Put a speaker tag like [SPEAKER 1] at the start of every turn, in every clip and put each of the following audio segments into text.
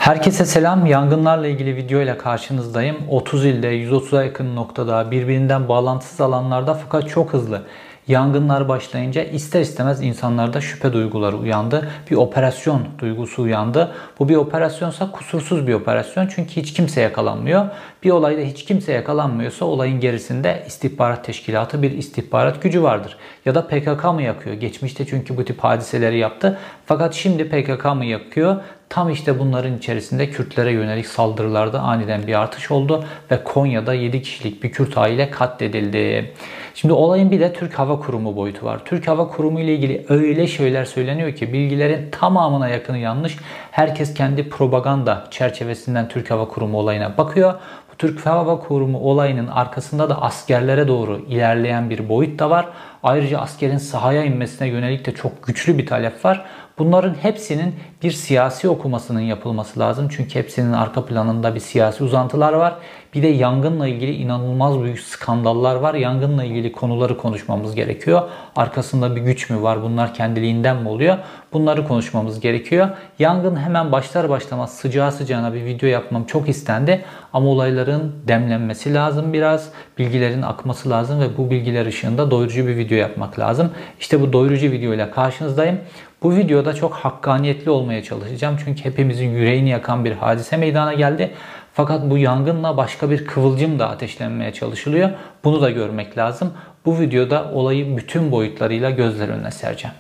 [SPEAKER 1] Herkese selam. Yangınlarla ilgili video ile karşınızdayım. 30 ilde 130'a yakın noktada birbirinden bağlantısız alanlarda fakat çok hızlı yangınlar başlayınca ister istemez insanlarda şüphe duyguları uyandı. Bir operasyon duygusu uyandı. Bu bir operasyonsa kusursuz bir operasyon. Çünkü hiç kimse yakalanmıyor. Bir olayda hiç kimse yakalanmıyorsa olayın gerisinde istihbarat teşkilatı, bir istihbarat gücü vardır. Ya da PKK mı yakıyor? Geçmişte çünkü bu tip hadiseleri yaptı. Fakat şimdi PKK mı yakıyor? Tam işte bunların içerisinde Kürtlere yönelik saldırılarda aniden bir artış oldu ve Konya'da 7 kişilik bir Kürt aile katledildi. Şimdi olayın bir de Türk Hava Kurumu boyutu var. Türk Hava Kurumu ile ilgili öyle şeyler söyleniyor ki bilgilerin tamamına yakını yanlış. Herkes kendi propaganda çerçevesinden Türk Hava Kurumu olayına bakıyor. Bu Türk Hava Kurumu olayının arkasında da askerlere doğru ilerleyen bir boyut da var. Ayrıca askerin sahaya inmesine yönelik de çok güçlü bir talep var. Bunların hepsinin bir siyasi okumasının yapılması lazım. Çünkü hepsinin arka planında bir siyasi uzantılar var. Bir de yangınla ilgili inanılmaz büyük skandallar var. Yangınla ilgili konuları konuşmamız gerekiyor. Arkasında bir güç mü var? Bunlar kendiliğinden mi oluyor? Bunları konuşmamız gerekiyor. Yangın hemen başlar başlamaz sıcağı sıcağına bir video yapmam çok istendi. Ama olayların demlenmesi lazım biraz. Bilgilerin akması lazım ve bu bilgiler ışığında doyurucu bir video yapmak lazım. İşte bu doyurucu video ile karşınızdayım. Bu videoda çok hakkaniyetli olmaya çalışacağım. Çünkü hepimizin yüreğini yakan bir hadise meydana geldi. Fakat bu yangınla başka bir kıvılcım da ateşlenmeye çalışılıyor. Bunu da görmek lazım. Bu videoda olayı bütün boyutlarıyla gözler önüne sereceğim.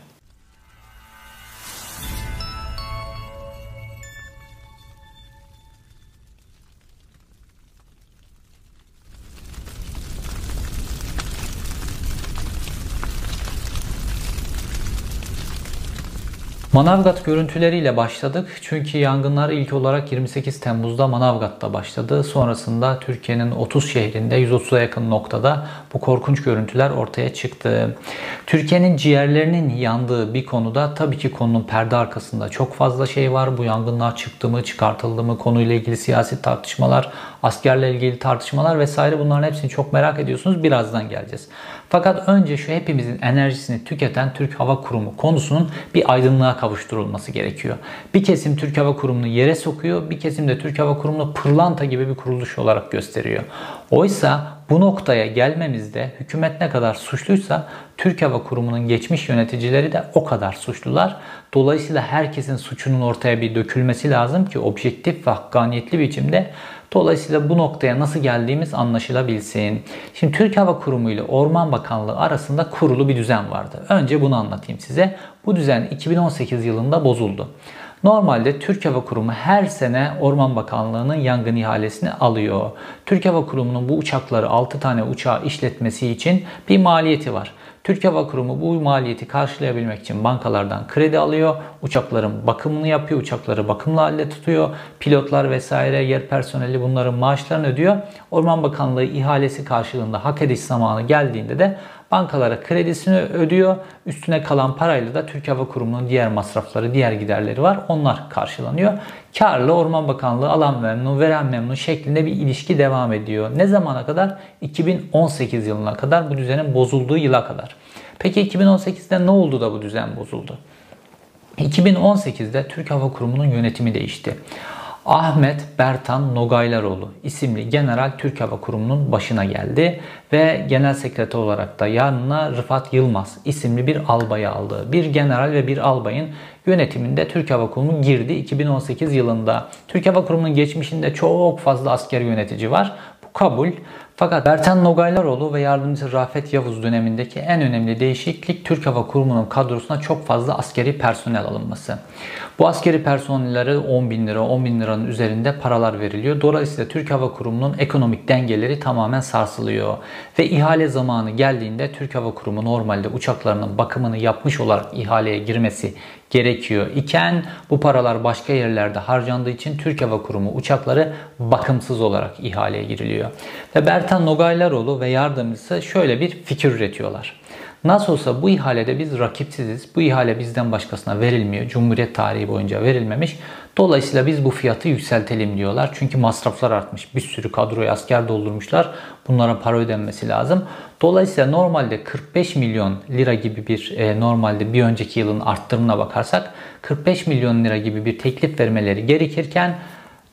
[SPEAKER 1] Manavgat görüntüleriyle başladık. Çünkü yangınlar ilk olarak 28 Temmuz'da Manavgat'ta başladı. Sonrasında Türkiye'nin 30 şehrinde 130'a yakın noktada bu korkunç görüntüler ortaya çıktı. Türkiye'nin ciğerlerinin yandığı bir konuda tabii ki konunun perde arkasında çok fazla şey var. Bu yangınlar çıktı mı, çıkartıldı mı, konuyla ilgili siyasi tartışmalar, askerle ilgili tartışmalar vesaire, bunların hepsini çok merak ediyorsunuz. Birazdan geleceğiz. Fakat önce şu hepimizin enerjisini tüketen Türk Hava Kurumu konusunun bir aydınlığa kavuşturulması gerekiyor. Bir kesim Türk Hava Kurumu'nu yere sokuyor, bir kesim de Türk Hava Kurumu'nu pırlanta gibi bir kuruluş olarak gösteriyor. Oysa bu noktaya gelmemizde hükümet ne kadar suçluysa Türk Hava Kurumu'nun geçmiş yöneticileri de o kadar suçlular. Dolayısıyla herkesin suçunun ortaya bir dökülmesi lazım ki objektif ve hakkaniyetli biçimde. Dolayısıyla bu noktaya nasıl geldiğimiz anlaşılabilsin. Şimdi Türk Hava Kurumu ile Orman Bakanlığı arasında kurulu bir düzen vardı. Önce bunu anlatayım size. Bu düzen 2018 yılında bozuldu. Normalde Türk Hava Kurumu her sene Orman Bakanlığı'nın yangın ihalesini alıyor. Türk Hava Kurumu'nun bu uçakları 6 tane uçağı işletmesi için bir maliyeti var. Türk Hava Kurumu bu maliyeti karşılayabilmek için bankalardan kredi alıyor. Uçakların bakımını yapıyor. Uçakları bakımlı halde tutuyor. Pilotlar vesaire, yer personeli bunların maaşlarını ödüyor. Orman Bakanlığı ihalesi karşılığında hak ediş zamanı geldiğinde de bankalara kredisini ödüyor. Üstüne kalan parayla da Türk Hava Kurumu'nun diğer masrafları, diğer giderleri var. Onlar karşılanıyor. Karlı Orman Bakanlığı alan memnun, veren memnun şeklinde bir ilişki devam ediyor. Ne zamana kadar? 2018 yılına kadar, bu düzenin bozulduğu yıla kadar. Peki 2018'de ne oldu da bu düzen bozuldu? 2018'de Türk Hava Kurumu'nun yönetimi değişti. Ahmet Bertan Nogaylaroğlu isimli general Türk Hava Kurumu'nun başına geldi ve genel sekreter olarak da yanına Rıfat Yılmaz isimli bir albayı aldı. Bir general ve bir albayın yönetiminde Türk Hava Kurumu girdi 2018 yılında. Türk Hava Kurumu'nun geçmişinde çok fazla asker yönetici var. Bu kabul. Fakat Bertan Nogaylaroğlu ve yardımcısı Rafet Yavuz dönemindeki en önemli değişiklik Türk Hava Kurumu'nun kadrosuna çok fazla askeri personel alınması. Bu askeri personellere 10 bin lira, 10 bin liranın üzerinde paralar veriliyor. Dolayısıyla Türk Hava Kurumu'nun ekonomik dengeleri tamamen sarsılıyor. Ve ihale zamanı geldiğinde Türk Hava Kurumu normalde uçaklarının bakımını yapmış olarak ihaleye girmesi gerekiyor iken bu paralar başka yerlerde harcandığı için Türk Hava Kurumu uçakları bakımsız olarak ihaleye giriliyor. Ve Bertan Nogaylaroğlu ve yardımcısı şöyle bir fikir üretiyorlar. Nasıl olsa bu ihalede biz rakipsiziz. Bu ihale bizden başkasına verilmiyor. Cumhuriyet tarihi boyunca verilmemiş. Dolayısıyla biz bu fiyatı yükseltelim diyorlar. Çünkü masraflar artmış. Bir sürü kadroya asker doldurmuşlar. Bunlara para ödenmesi lazım. Dolayısıyla normalde 45 milyon lira gibi bir normalde bir önceki yılın arttırımına bakarsak 45 milyon lira gibi bir teklif vermeleri gerekirken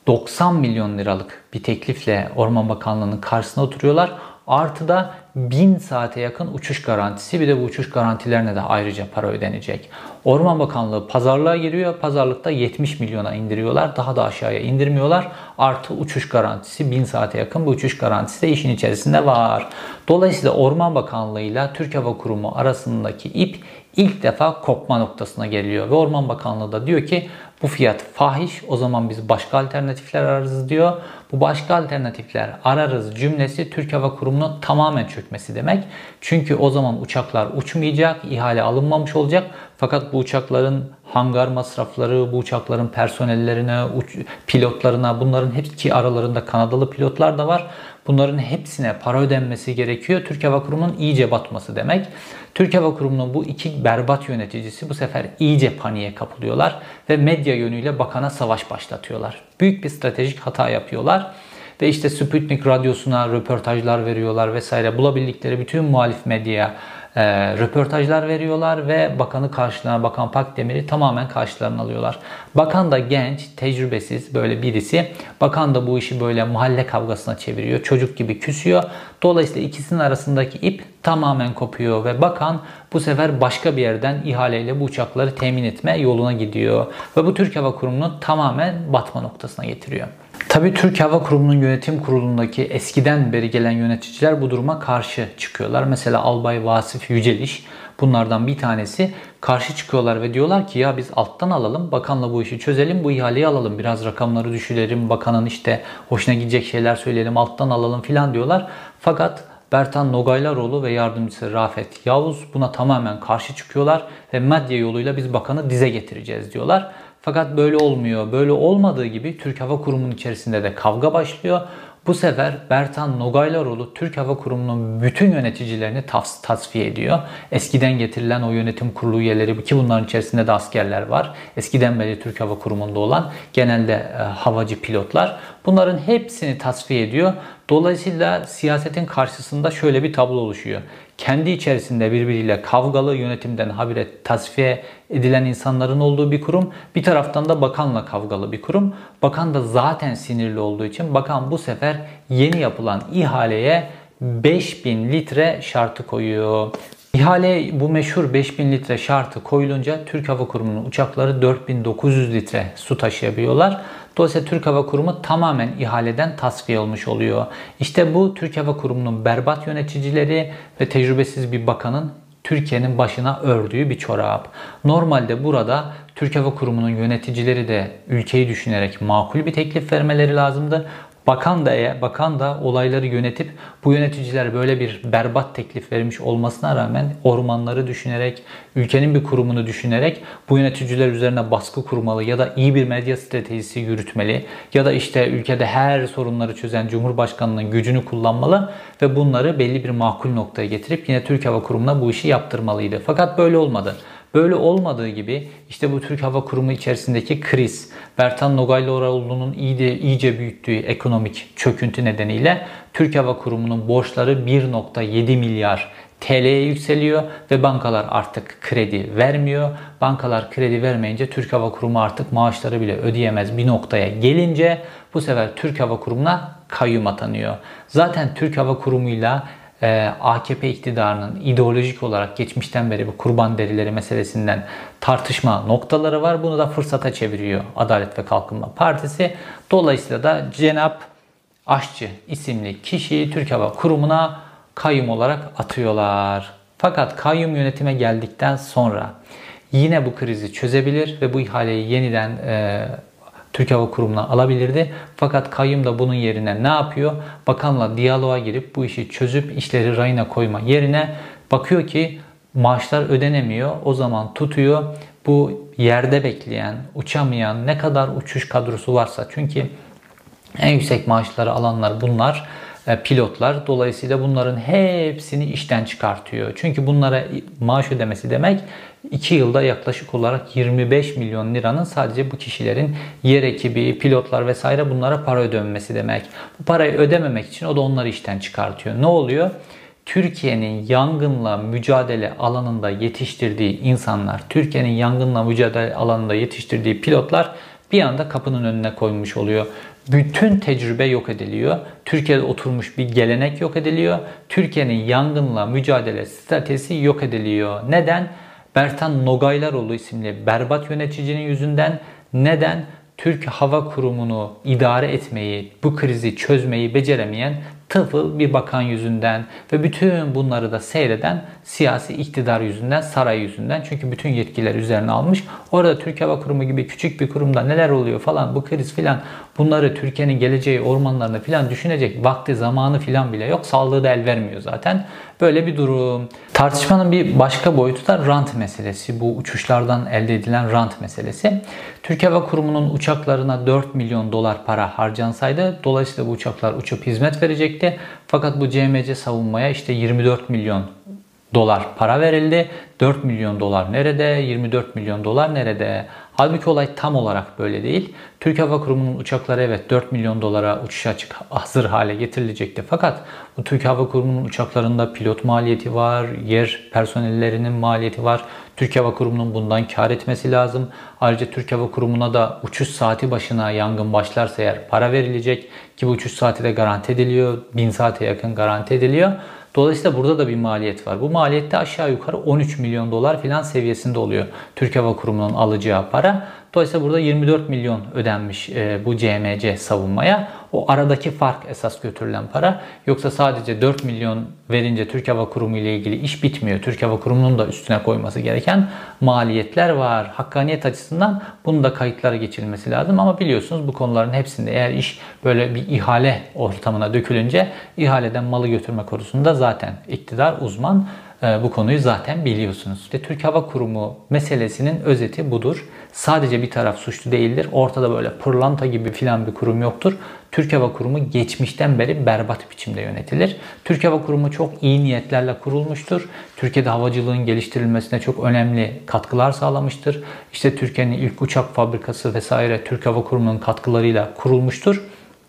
[SPEAKER 1] 90 milyon liralık bir teklifle Orman Bakanlığı'nın karşısına oturuyorlar. Artı da 1000 saate yakın uçuş garantisi, bir de bu uçuş garantilerine de ayrıca para ödenecek. Orman Bakanlığı pazarlığa giriyor. Pazarlıkta 70 milyona indiriyorlar. Daha da aşağıya indirmiyorlar. Artı uçuş garantisi, 1000 saate yakın bu uçuş garantisi de işin içerisinde var. Dolayısıyla Orman Bakanlığı ile Türk Hava Kurumu arasındaki ip ilk defa kopma noktasına geliyor. Ve Orman Bakanlığı da diyor ki bu fiyat fahiş, o zaman biz başka alternatifler ararız diyor. Bu başka alternatifler ararız cümlesi Türk Hava Kurumu'nun tamamen çökmesi demek. Çünkü o zaman uçaklar uçmayacak, ihale alınmamış olacak. Fakat bu uçakların hangar masrafları, bu uçakların personellerine, pilotlarına, bunların hepsi, aralarında Kanadalı pilotlar da var. Bunların hepsine para ödenmesi gerekiyor. Türk Hava Kurumu'nun iyice batması demek. Türk Hava Kurumu'nun bu iki berbat yöneticisi bu sefer iyice paniğe kapılıyorlar ve medya yönüyle bakana savaş başlatıyorlar. Büyük bir stratejik hata yapıyorlar. Ve işte Sputnik Radyosu'na röportajlar veriyorlar vesaire. Bulabildikleri bütün muhalif medyaya röportajlar veriyorlar ve bakanı karşılarına, Bakan Pakdemir'i tamamen karşılarına alıyorlar. Bakan da genç, tecrübesiz böyle birisi. Bakan da bu işi böyle mahalle kavgasına çeviriyor. Çocuk gibi küsüyor. Dolayısıyla ikisinin arasındaki ip tamamen kopuyor ve bakan bu sefer başka bir yerden ihaleyle bu uçakları temin etme yoluna gidiyor. Ve bu Türk Hava Kurumu'nu tamamen batma noktasına getiriyor. Tabii Türk Hava Kurumu'nun yönetim kurulundaki eskiden beri gelen yöneticiler bu duruma karşı çıkıyorlar. Mesela Albay Vasif Yüceliş bunlardan bir tanesi, karşı çıkıyorlar ve diyorlar ki ya biz alttan alalım, bakanla bu işi çözelim, bu ihaleyi alalım, biraz rakamları düşürelim, bakanın işte hoşuna gidecek şeyler söyleyelim, alttan alalım filan diyorlar. Fakat Bertan Nogaylaroğlu ve yardımcısı Rafet Yavuz buna tamamen karşı çıkıyorlar ve medya yoluyla biz bakanı dize getireceğiz diyorlar. Fakat böyle olmuyor. Böyle olmadığı gibi Türk Hava Kurumu'nun içerisinde de kavga başlıyor. Bu sefer Bertan Nogaylaroğlu Türk Hava Kurumu'nun bütün yöneticilerini tasfiye ediyor. Eskiden getirilen o yönetim kurulu üyeleri, ki bunların içerisinde de askerler var. Eskiden beri Türk Hava Kurumu'nda olan genelde havacı pilotlar. Bunların hepsini tasfiye ediyor. Dolayısıyla siyasetin karşısında şöyle bir tablo oluşuyor. Kendi içerisinde birbiriyle kavgalı, yönetimden habire tasfiye edilen insanların olduğu bir kurum. Bir taraftan da bakanla kavgalı bir kurum. Bakan da zaten sinirli olduğu için bakan bu sefer yeni yapılan ihaleye 5000 litre şartı koyuyor. İhale, bu meşhur 5000 litre şartı koyulunca Türk Hava Kurumu'nun uçakları 4900 litre su taşıyabiliyorlar. Dolayısıyla Türk Hava Kurumu tamamen ihaleden tasfiye olmuş oluyor. İşte bu Türk Hava Kurumu'nun berbat yöneticileri ve tecrübesiz bir bakanın Türkiye'nin başına ördüğü bir çorap. Normalde burada Türk Hava Kurumu'nun yöneticileri de ülkeyi düşünerek makul bir teklif vermeleri lazımdı. Bakan da olayları yönetip bu yöneticiler böyle bir berbat teklif vermiş olmasına rağmen ormanları düşünerek, ülkenin bir kurumunu düşünerek bu yöneticiler üzerine baskı kurmalı ya da iyi bir medya stratejisi yürütmeli ya da işte ülkede her sorunları çözen Cumhurbaşkanı'nın gücünü kullanmalı ve bunları belli bir makul noktaya getirip yine Türk Hava Kurumu'na bu işi yaptırmalıydı. Fakat böyle olmadı. Böyle olmadığı gibi işte bu Türk Hava Kurumu içerisindeki kriz, Bertan Nogaylaroğlu'nun iyice büyüttüğü ekonomik çöküntü nedeniyle Türk Hava Kurumu'nun borçları 1,7 milyar TL'ye yükseliyor ve bankalar artık kredi vermiyor. Bankalar kredi vermeyince Türk Hava Kurumu artık maaşları bile ödeyemez bir noktaya gelince bu sefer Türk Hava Kurumu'na kayyum atanıyor. Zaten Türk Hava Kurumu'yla AKP iktidarının ideolojik olarak geçmişten beri bu kurban derileri meselesinden tartışma noktaları var. Bunu da fırsata çeviriyor Adalet ve Kalkınma Partisi. Dolayısıyla da Cenap Aşçı isimli kişiyi Türk Hava Kurumu'na kayyum olarak atıyorlar. Fakat kayyum yönetime geldikten sonra yine bu krizi çözebilir ve bu ihaleyi yeniden Türk Hava Kurumu'na alabilirdi. Fakat kayyum da bunun yerine ne yapıyor? Bakanla diyaloğa girip bu işi çözüp işleri rayına koyma yerine bakıyor ki maaşlar ödenemiyor. O zaman tutuyor bu yerde bekleyen, uçamayan ne kadar uçuş kadrosu varsa, çünkü en yüksek maaşları alanlar bunlar, pilotlar. Dolayısıyla bunların hepsini işten çıkartıyor. Çünkü bunlara maaş ödemesi demek 2 yılda yaklaşık olarak 25 milyon liranın sadece bu kişilerin yer ekibi, pilotlar vesaire bunlara para ödemesi demek. Bu parayı ödememek için o da onları işten çıkartıyor. Ne oluyor? Türkiye'nin yangınla mücadele alanında yetiştirdiği insanlar, Türkiye'nin yangınla mücadele alanında yetiştirdiği pilotlar bir anda kapının önüne koymuş oluyor. Bütün tecrübe yok ediliyor. Türkiye'de oturmuş bir gelenek yok ediliyor. Türkiye'nin yangınla mücadele stratejisi yok ediliyor. Neden? Bertan Nogaylaroğlu isimli berbat yöneticinin yüzünden. Neden? Türk Hava Kurumu'nu idare etmeyi, bu krizi çözmeyi beceremeyen tıfıl bir bakan yüzünden ve bütün bunları da seyreden siyasi iktidar yüzünden, saray yüzünden. Çünkü bütün yetkileri üzerine almış. Orada Türk Hava Kurumu gibi küçük bir kurumda neler oluyor falan, bu kriz filan, bunları Türkiye'nin geleceği ormanlarını filan düşünecek vakti zamanı filan bile yok. Sağlığı da el vermiyor zaten. Böyle bir durum. Tartışmanın bir başka boyutu da rant meselesi. Bu uçuşlardan elde edilen rant meselesi. Türk Hava Kurumu'nun uçaklarına 4 milyon dolar para harcansaydı, dolayısıyla bu uçaklar uçup hizmet verecekti. Fakat bu CMC savunmaya işte 24 milyon dolar para verildi. 4 milyon dolar nerede? 24 milyon dolar nerede? Halbuki olay tam olarak böyle değil. Türk Hava Kurumu'nun uçakları evet 4 milyon dolara uçuşa açık hazır hale getirilecekti. Fakat bu Türk Hava Kurumu'nun uçaklarında pilot maliyeti var, yer personellerinin maliyeti var. Türk Hava Kurumu'nun bundan kar etmesi lazım. Ayrıca Türk Hava Kurumu'na da uçuş saati başına yangın başlarsa eğer para verilecek ki bu uçuş saati de garanti ediliyor. 1000 saate yakın garanti ediliyor. Dolayısıyla burada da bir maliyet var. Bu maliyet de aşağı yukarı 13 milyon dolar filan seviyesinde oluyor Türk Hava Kurumu'nun alacağı para. Dolayısıyla burada 24 milyon ödenmiş bu CMC savunmaya. O aradaki fark esas götürülen para. Yoksa sadece 4 milyon verince Türk Hava Kurumu ile ilgili iş bitmiyor. Türk Hava Kurumu'nun da üstüne koyması gereken maliyetler var. Hakkaniyet açısından bunun da kayıtlara geçirilmesi lazım. Ama biliyorsunuz bu konuların hepsinde eğer iş böyle bir ihale ortamına dökülünce ihaleden malı götürme konusunda zaten iktidar uzman. Bu konuyu zaten biliyorsunuz. İşte Türk Hava Kurumu meselesinin özeti budur. Sadece bir taraf suçlu değildir. Ortada böyle pırlanta gibi filan bir kurum yoktur. Türk Hava Kurumu geçmişten beri berbat biçimde yönetilir. Türk Hava Kurumu çok iyi niyetlerle kurulmuştur. Türkiye'de havacılığın geliştirilmesine çok önemli katkılar sağlamıştır. İşte Türkiye'nin ilk uçak fabrikası vesaire Türk Hava Kurumu'nun katkılarıyla kurulmuştur.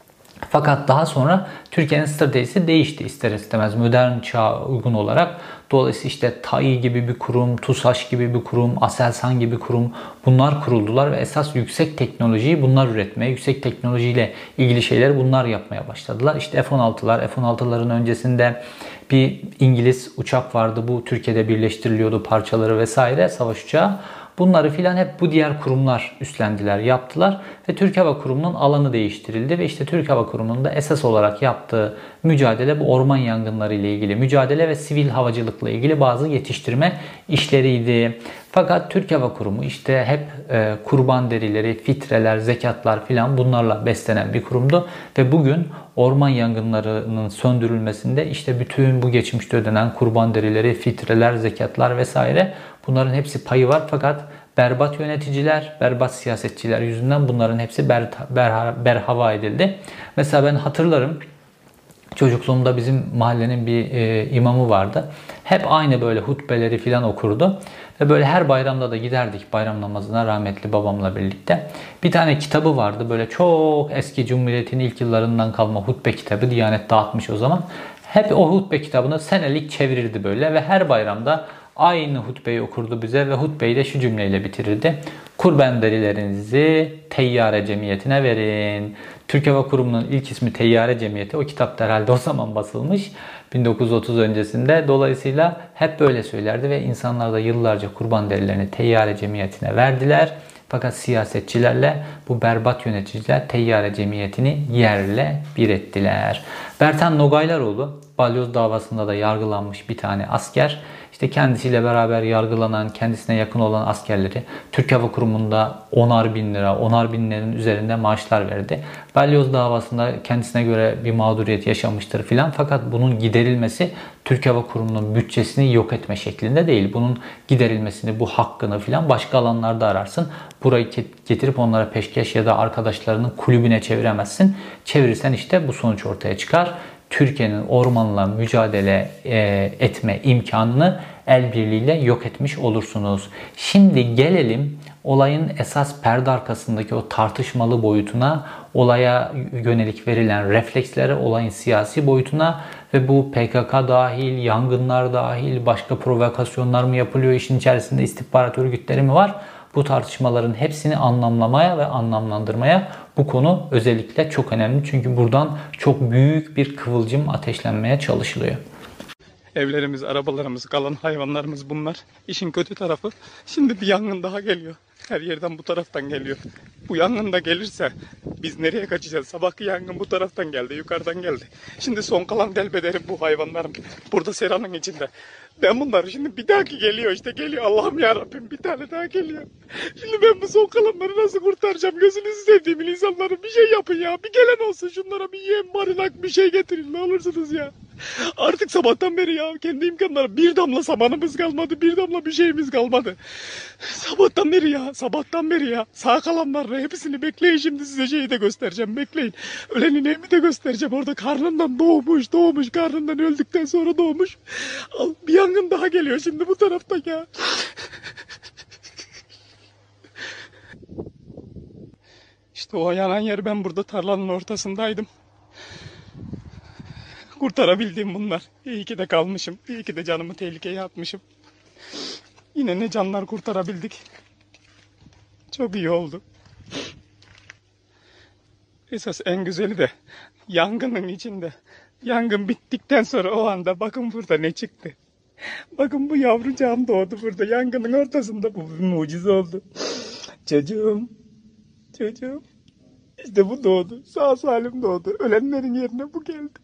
[SPEAKER 1] Fakat daha sonra Türkiye'nin stratejisi değişti ister istemez modern çağa uygun olarak. Dolayısıyla işte TAİ gibi bir kurum, TUSAŞ gibi bir kurum, ASELSAN gibi kurum bunlar kuruldular ve esas yüksek teknolojiyi bunlar üretmeye, yüksek teknolojiyle ilgili şeyleri bunlar yapmaya başladılar. İşte F-16'lar, F-16'ların öncesinde bir İngiliz uçak vardı. Bu Türkiye'de birleştiriliyordu parçaları vesaire, savaş uçağı. Bunları filan hep bu diğer kurumlar üstlendiler, yaptılar ve Türk Hava Kurumu'nun alanı değiştirildi ve işte Türk Hava Kurumu'nun da esas olarak yaptığı mücadele bu orman yangınları ile ilgili mücadele ve sivil havacılıkla ilgili bazı yetiştirme işleriydi. Fakat Türk Hava Kurumu işte hep kurban derileri, fitreler, zekatlar filan bunlarla beslenen bir kurumdu ve bugün orman yangınlarının söndürülmesinde işte bütün bu geçmişte ödenen kurban derileri, fitreler, zekatlar vesaire bunların hepsi payı var fakat berbat yöneticiler, berbat siyasetçiler yüzünden bunların hepsi berhava edildi. Mesela ben hatırlarım çocukluğumda bizim mahallenin bir imamı vardı. Hep aynı böyle hutbeleri filan okurdu. Ve böyle her bayramda da giderdik bayram namazına rahmetli babamla birlikte. Bir tane kitabı vardı böyle çok eski Cumhuriyet'in ilk yıllarından kalma hutbe kitabı. Diyanet dağıtmış o zaman. Hep o hutbe kitabını senelik çevirirdi böyle ve her bayramda aynı hutbeyi okurdu bize ve hutbeyi de şu cümleyle bitirirdi. Kurban derilerinizi Teyyare Cemiyeti'ne verin. Türk Hava Kurumu'nun ilk ismi Teyyare Cemiyeti. O kitap da herhalde o zaman basılmış. 1930 öncesinde. Dolayısıyla hep böyle söylerdi ve insanlar da yıllarca kurban derilerini Teyyare Cemiyeti'ne verdiler. Fakat siyasetçilerle bu berbat yöneticiler Teyyare Cemiyeti'ni yerle bir ettiler. Bertan Nogaylaroğlu balyoz davasında da yargılanmış bir tane asker. İşte kendisiyle beraber yargılanan, kendisine yakın olan askerleri Türk Hava Kurumu'nda 10'ar bin lira, 10'ar binlerin üzerinde maaşlar verdi. Balyoz davasında kendisine göre bir mağduriyet yaşamıştır filan. Fakat bunun giderilmesi Türk Hava Kurumu'nun bütçesini yok etme şeklinde değil. Bunun giderilmesini, bu hakkını filan başka alanlarda ararsın. Burayı getirip onlara peşkeş ya da arkadaşlarının kulübüne çeviremezsin. Çevirirsen işte bu sonuç ortaya çıkar. Türkiye'nin ormanla mücadele etme imkanını el birliğiyle yok etmiş olursunuz. Şimdi gelelim olayın esas perde arkasındaki o tartışmalı boyutuna, olaya yönelik verilen reflekslere, olayın siyasi boyutuna ve bu PKK dahil, yangınlar dahil, başka provokasyonlar mı yapılıyor, işin içerisinde istihbarat örgütleri mi var? Bu tartışmaların hepsini anlamlamaya ve anlamlandırmaya bu konu özellikle çok önemli. Çünkü buradan çok büyük bir kıvılcım ateşlenmeye çalışılıyor.
[SPEAKER 2] Evlerimiz, arabalarımız, kalan hayvanlarımız bunlar. İşin kötü tarafı şimdi bir yangın daha geliyor. Her yerden bu taraftan geliyor. Bu yangın da gelirse biz nereye kaçacağız? Sabahki yangın bu taraftan geldi, yukarıdan geldi. Şimdi son kalan delbederim bu hayvanlarım. Burada seranın içinde. Ben bunları şimdi bir dahaki geliyor işte geliyor. Allah'ım yarabbim bir tane daha geliyor. Şimdi ben bu son kalanları nasıl kurtaracağım? Gözünüzü sevdiğimin insanları bir şey yapın ya. Bir gelen olsun şunlara bir yem, barınak bir şey getirin ne olursunuz ya. Artık sabahtan beri ya kendi imkanlarım bir damla samanımız kalmadı, bir damla bir şeyimiz kalmadı. Sabahtan beri ya. Sağ kalanlarını hepsini bekleyin şimdi size şeyi de göstereceğim bekleyin. Ölenin evini de göstereceğim orada karnından doğmuş karnından öldükten sonra doğmuş. Bir yangın daha geliyor şimdi bu tarafta ya. İşte o yanan yer ben burada tarlanın ortasındaydım. Kurtarabildiğim bunlar. İyi ki de kalmışım. İyi ki de canımı tehlikeye atmışım. Yine ne canlar kurtarabildik. Çok iyi oldu. Esas en güzeli de yangının içinde. Yangın bittikten sonra o anda bakın burada ne çıktı. Bakın bu yavrucağım doğdu burada. Yangının ortasında bu bir mucize oldu. Çocuğum. İşte bu doğdu. Sağ salim doğdu. Ölenlerin yerine bu geldi.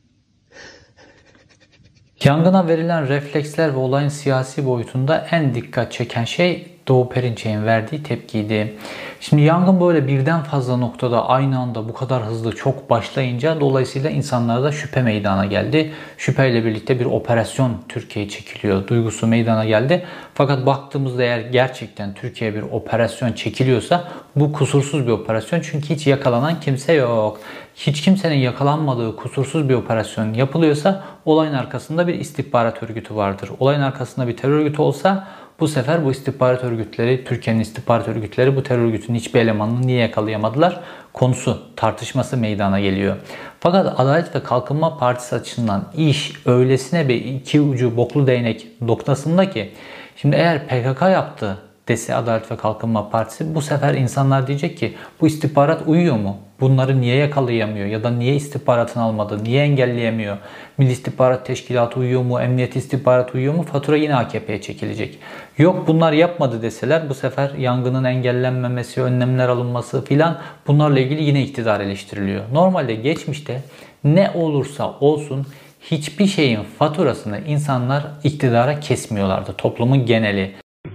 [SPEAKER 1] Yangına verilen refleksler ve olayın siyasi boyutunda en dikkat çeken şey Doğu Perinçek'in verdiği tepkiydi. Şimdi yangın böyle birden fazla noktada aynı anda bu kadar hızlı çok başlayınca dolayısıyla insanlarda şüphe meydana geldi. Şüpheyle birlikte bir operasyon Türkiye'ye çekiliyor duygusu meydana geldi. Fakat baktığımızda eğer gerçekten Türkiye'ye bir operasyon çekiliyorsa bu kusursuz bir operasyon. Çünkü hiç yakalanan kimse yok. Hiç kimsenin yakalanmadığı kusursuz bir operasyon yapılıyorsa olayın arkasında bir istihbarat örgütü vardır. Olayın arkasında bir terör örgütü olsa bu sefer bu istihbarat örgütleri, Türkiye'nin istihbarat örgütleri bu terör örgütünün hiçbir elemanını niye yakalayamadılar? Konusu, tartışması meydana geliyor. Fakat Adalet ve Kalkınma Partisi açısından iş öylesine bir iki ucu boklu değnek noktasında ki şimdi eğer PKK yaptı dese Adalet ve Kalkınma Partisi bu sefer insanlar diyecek ki bu istihbarat uyuyor mu? Bunları niye yakalayamıyor ya da niye istihbaratını almadı, niye engelleyemiyor? Milli İstihbarat Teşkilatı uyuyor mu, Emniyet İstihbaratı uyuyor mu? Fatura yine AKP'ye çekilecek. Yok bunlar yapmadı deseler bu sefer yangının engellenmemesi, önlemler alınması filan bunlarla ilgili yine iktidar eleştiriliyor. Normalde geçmişte ne olursa olsun hiçbir şeyin faturasını insanlar iktidara kesmiyorlardı. Toplumun geneli.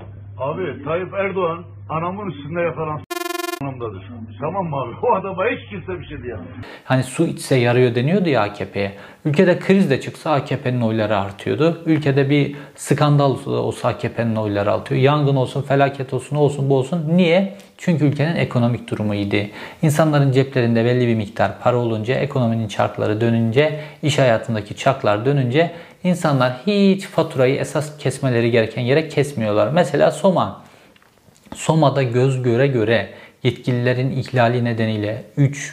[SPEAKER 3] Abi Tayyip Erdoğan anamın üstünde yakalan anamdadır. Tamam mı abi? O adama hiç kimse bir şey diyemez.
[SPEAKER 1] Hani su içse yarıyor deniyordu ya AKP'ye. Ülkede kriz de çıksa AKP'nin oyları artıyordu. Ülkede bir skandal olsa AKP'nin oyları artıyor. Yangın olsun, felaket olsun, olsun bu olsun. Niye? Çünkü ülkenin ekonomik durumu iyiydi. İnsanların ceplerinde belli bir miktar para olunca, ekonominin çarkları dönünce, iş hayatındaki çarklar dönünce insanlar hiç faturayı esas kesmeleri gereken yere kesmiyorlar. Mesela Soma. Soma'da göz göre göre yetkililerin ihlali nedeniyle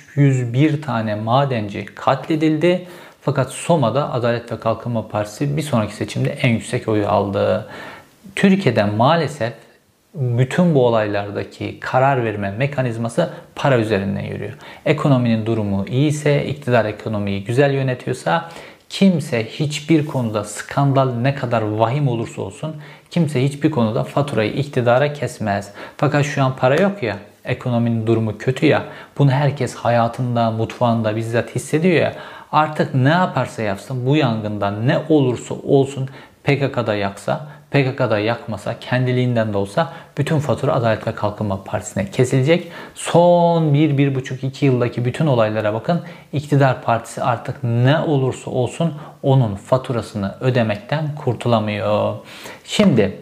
[SPEAKER 1] 301 tane madenci katledildi. Fakat Soma'da Adalet ve Kalkınma Partisi bir sonraki seçimde en yüksek oyu aldı. Türkiye'de maalesef bütün bu olaylardaki karar verme mekanizması para üzerinden yürüyor. Ekonominin durumu iyiyse, iktidar ekonomiyi güzel yönetiyorsa kimse hiçbir konuda skandal ne kadar vahim olursa olsun kimse hiçbir konuda faturayı iktidara kesmez. Fakat şu an para yok ya, ekonominin durumu kötü ya, bunu herkes hayatında, mutfağında bizzat hissediyor ya, artık ne yaparsa yapsın bu yangından ne olursa olsun PKK'da yaksa, PKK'da yakmasa, kendiliğinden de olsa bütün fatura Adalet ve Kalkınma Partisi'ne kesilecek. Son 1-1,5-2 yıldaki bütün olaylara bakın. İktidar partisi artık ne olursa olsun onun faturasını ödemekten kurtulamıyor. Şimdi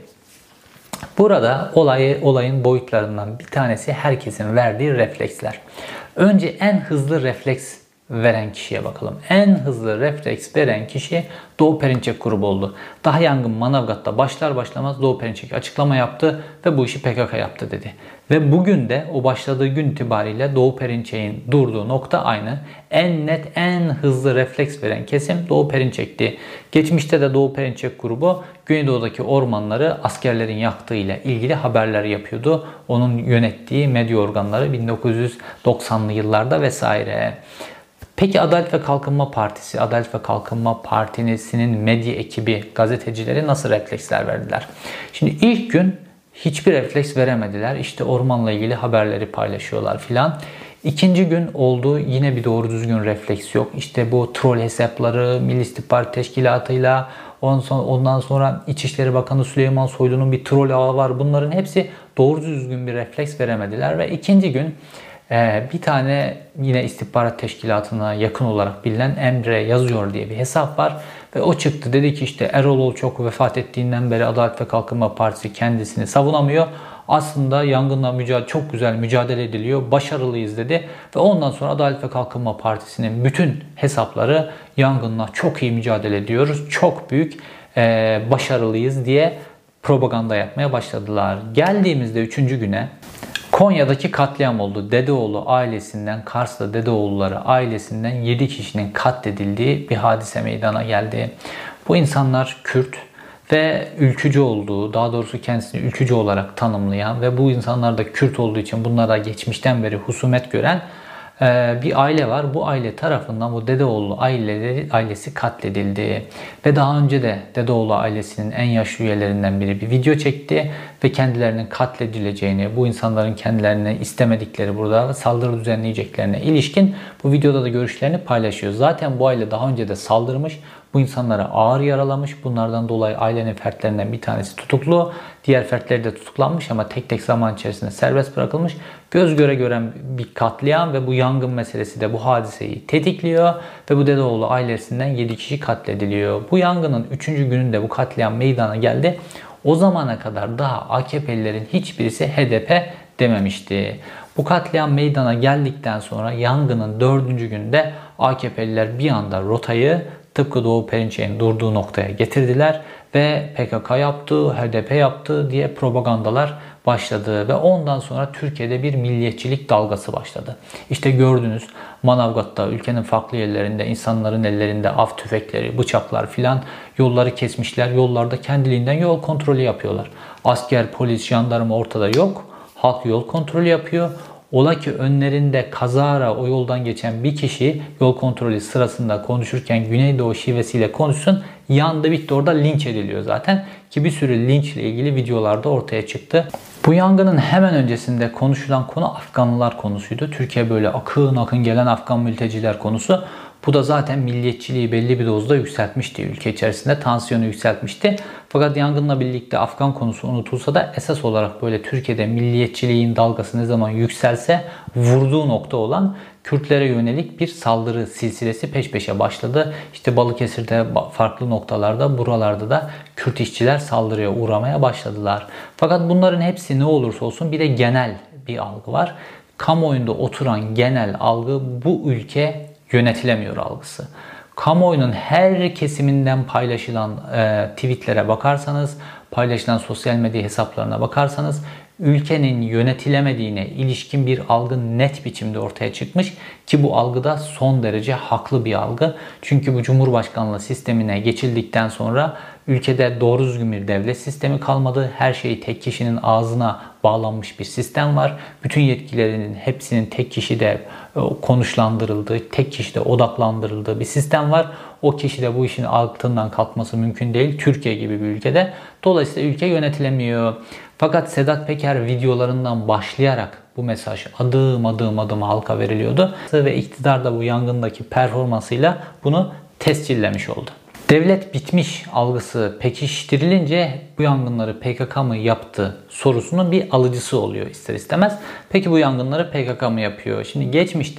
[SPEAKER 1] burada olayın boyutlarından bir tanesi herkesin verdiği refleksler. Önce en hızlı refleks veren kişiye bakalım. En hızlı refleks veren kişi Doğu Perinçek grubu oldu. Daha yangın Manavgat'ta başlar başlamaz Doğu Perinçek açıklama yaptı ve bu işi PKK yaptı dedi. Ve bugün de o başladığı gün itibariyle Doğu Perinçek'in durduğu nokta aynı. En net, en hızlı refleks veren kesim Doğu Perinçek'ti. Geçmişte de Doğu Perinçek grubu Güneydoğu'daki ormanları askerlerin yaktığıyla ilgili haberler yapıyordu. Onun yönettiği medya organları 1990'lı yıllarda vesaire. Peki Adalet ve Kalkınma Partisi, Adalet ve Kalkınma Partisi'nin medya ekibi, gazetecileri nasıl refleksler verdiler? Şimdi ilk gün hiçbir refleks veremediler. İşte ormanla ilgili haberleri paylaşıyorlar filan. İkinci gün oldu, yine bir doğru düzgün refleks yok. İşte bu troll hesapları, Milli İstihbarat Teşkilatı'yla, ondan sonra İçişleri Bakanı Süleyman Soylu'nun bir troll ağı var. Bunların hepsi doğru düzgün bir refleks veremediler. Ve ikinci gün bir tane yine istihbarat teşkilatına yakın olarak bilinen Emre Yazıyor diye bir hesap var. Ve o çıktı, dedi ki işte Erol Olçok vefat ettiğinden beri Adalet ve Kalkınma Partisi kendisini savunamıyor. Aslında yangınla çok güzel mücadele ediliyor, başarılıyız dedi. Ve ondan sonra Adalet ve Kalkınma Partisi'nin bütün hesapları yangınla çok iyi mücadele ediyoruz, çok büyük başarılıyız diye propaganda yapmaya başladılar. Geldiğimizde 3. güne Konya'daki katliam oldu. Dedeoğlu ailesinden, Kars'ta Dedeoğulları ailesinden 7 kişinin katledildiği bir hadise meydana geldi. Bu insanlar Kürt ve ülkücü olduğu, daha doğrusu kendisini ülkücü olarak tanımlayan ve bu insanlar da Kürt olduğu için bunlara geçmişten beri husumet gören bir aile var. Bu aile tarafından bu Dedeoğlu ailesi katledildi. Ve daha önce de Dedeoğlu ailesinin en yaşlı üyelerinden biri bir video çekti ve kendilerinin katledileceğini, bu insanların kendilerine istemedikleri burada saldırı düzenleyeceklerine ilişkin bu videoda da görüşlerini paylaşıyor. Zaten bu aile daha önce de saldırmış, bu insanlara ağır yaralamış. Bunlardan dolayı ailenin fertlerinden bir tanesi tutuklu. Diğer fertleri de tutuklanmış ama tek tek zaman içerisinde serbest bırakılmış. Göz göre gören bir katliam ve bu yangın meselesi de bu hadiseyi tetikliyor. Ve bu Dedeoğlu ailesinden 7 kişi katlediliyor. Bu yangının 3. gününde bu katliam meydana geldi. O zamana kadar daha AKP'lilerin hiçbirisi HDP dememişti. Bu katliam meydana geldikten sonra yangının 4. günde AKP'liler bir anda rotayı tıpkı Doğu Perinçek'in durduğu noktaya getirdiler ve PKK yaptı, HDP yaptı diye propagandalar başladı ve ondan sonra Türkiye'de bir milliyetçilik dalgası başladı. İşte gördünüz, Manavgat'ta, ülkenin farklı yerlerinde insanların ellerinde av tüfekleri, bıçaklar filan, yolları kesmişler. Yollarda kendiliğinden yol kontrolü yapıyorlar. Asker, polis, jandarma ortada yok. Halk yol kontrolü yapıyor. Ola ki önlerinde kazara o yoldan geçen bir kişi yol kontrolü sırasında konuşurken Güneydoğu şivesiyle konuşsun, yandı bitti, orada linç ediliyor zaten. Ki bir sürü linçle ilgili videolarda ortaya çıktı. Bu yangının hemen öncesinde konuşulan konu Afganlılar konusuydu. Türkiye böyle akın akın gelen Afgan mülteciler konusu. Bu da zaten milliyetçiliği belli bir dozda yükseltmişti. Ülke içerisinde tansiyonu yükseltmişti. Fakat yangınla birlikte Afgan konusu unutulsa da esas olarak böyle Türkiye'de milliyetçiliğin dalgası ne zaman yükselse vurduğu nokta olan Kürtlere yönelik bir saldırı silsilesi peş peşe başladı. İşte Balıkesir'de farklı noktalarda, buralarda da Kürt işçiler saldırıya uğramaya başladılar. Fakat bunların hepsi ne olursa olsun bir de genel bir algı var. Kamuoyunda oturan genel algı bu ülke yönetilemiyor algısı. Kamuoyunun her kesiminden paylaşılan tweetlere bakarsanız, paylaşılan sosyal medya hesaplarına bakarsanız ülkenin yönetilemediğine ilişkin bir algı net biçimde ortaya çıkmış ki bu algı da son derece haklı bir algı. Çünkü bu Cumhurbaşkanlığı sistemine geçildikten sonra ülkede doğru düzgün bir devlet sistemi kalmadı. Her şey tek kişinin ağzına bağlanmış bir sistem var. Bütün yetkilerinin hepsinin tek kişide konuşlandırıldığı, tek kişide odaklandırıldığı bir sistem var. O kişi de bu işin altından kalkması mümkün değil. Türkiye gibi bir ülkede. Dolayısıyla ülke yönetilemiyor. Fakat Sedat Peker videolarından başlayarak bu mesaj adım adım halka veriliyordu. Ve iktidar da bu yangındaki performansıyla bunu tescillemiş oldu. Devlet bitmiş algısı pekiştirilince bu yangınları PKK mı yaptı sorusunun bir alıcısı oluyor ister istemez. Peki bu yangınları PKK mı yapıyor? Şimdi geçmişte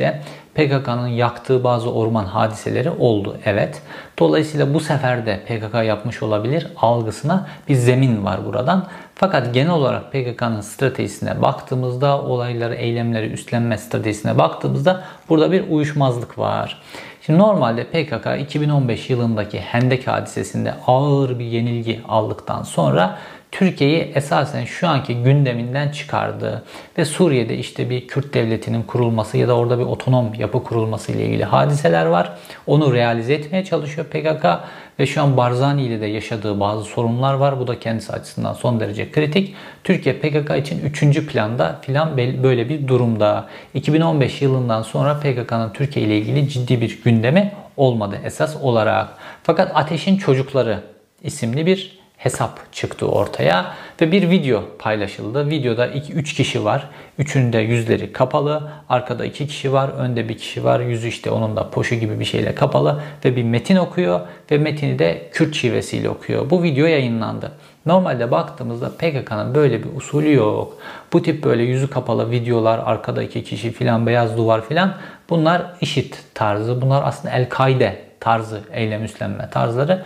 [SPEAKER 1] PKK'nın yaktığı bazı orman hadiseleri oldu. Evet. Dolayısıyla bu sefer de PKK yapmış olabilir algısına bir zemin var buradan. Fakat genel olarak PKK'nın stratejisine baktığımızda, olayları, eylemleri üstlenme stratejisine baktığımızda burada bir uyuşmazlık var. Şimdi normalde PKK 2015 yılındaki Hendek hadisesinde ağır bir yenilgi aldıktan sonra Türkiye'yi esasen şu anki gündeminden çıkardı ve Suriye'de işte bir Kürt devletinin kurulması ya da orada bir otonom yapı kurulması ile ilgili hadiseler var. Onu realize etmeye çalışıyor PKK ve şu an Barzani ile de yaşadığı bazı sorunlar var. Bu da kendisi açısından son derece kritik. Türkiye PKK için 3. planda filan böyle bir durumda. 2015 yılından sonra PKK'nın Türkiye ile ilgili ciddi bir gündemi olmadı esas olarak. Fakat Ateş'in Çocukları isimli bir hesap çıktı ortaya ve bir video paylaşıldı. Videoda 3 kişi var. Üçünün de yüzleri kapalı. Arkada 2 kişi var. Önde bir kişi var. Yüzü işte onun da poşu gibi bir şeyle kapalı ve bir metin okuyor ve metini de Kürt şivesiyle okuyor. Bu video yayınlandı. Normalde baktığımızda PKK'nın böyle bir usulü yok. Bu tip böyle yüzü kapalı videolar, arkada 2 kişi filan, beyaz duvar filan, bunlar IŞİD tarzı. Bunlar aslında El-Kaide tarzı eylem üstlenme tarzları.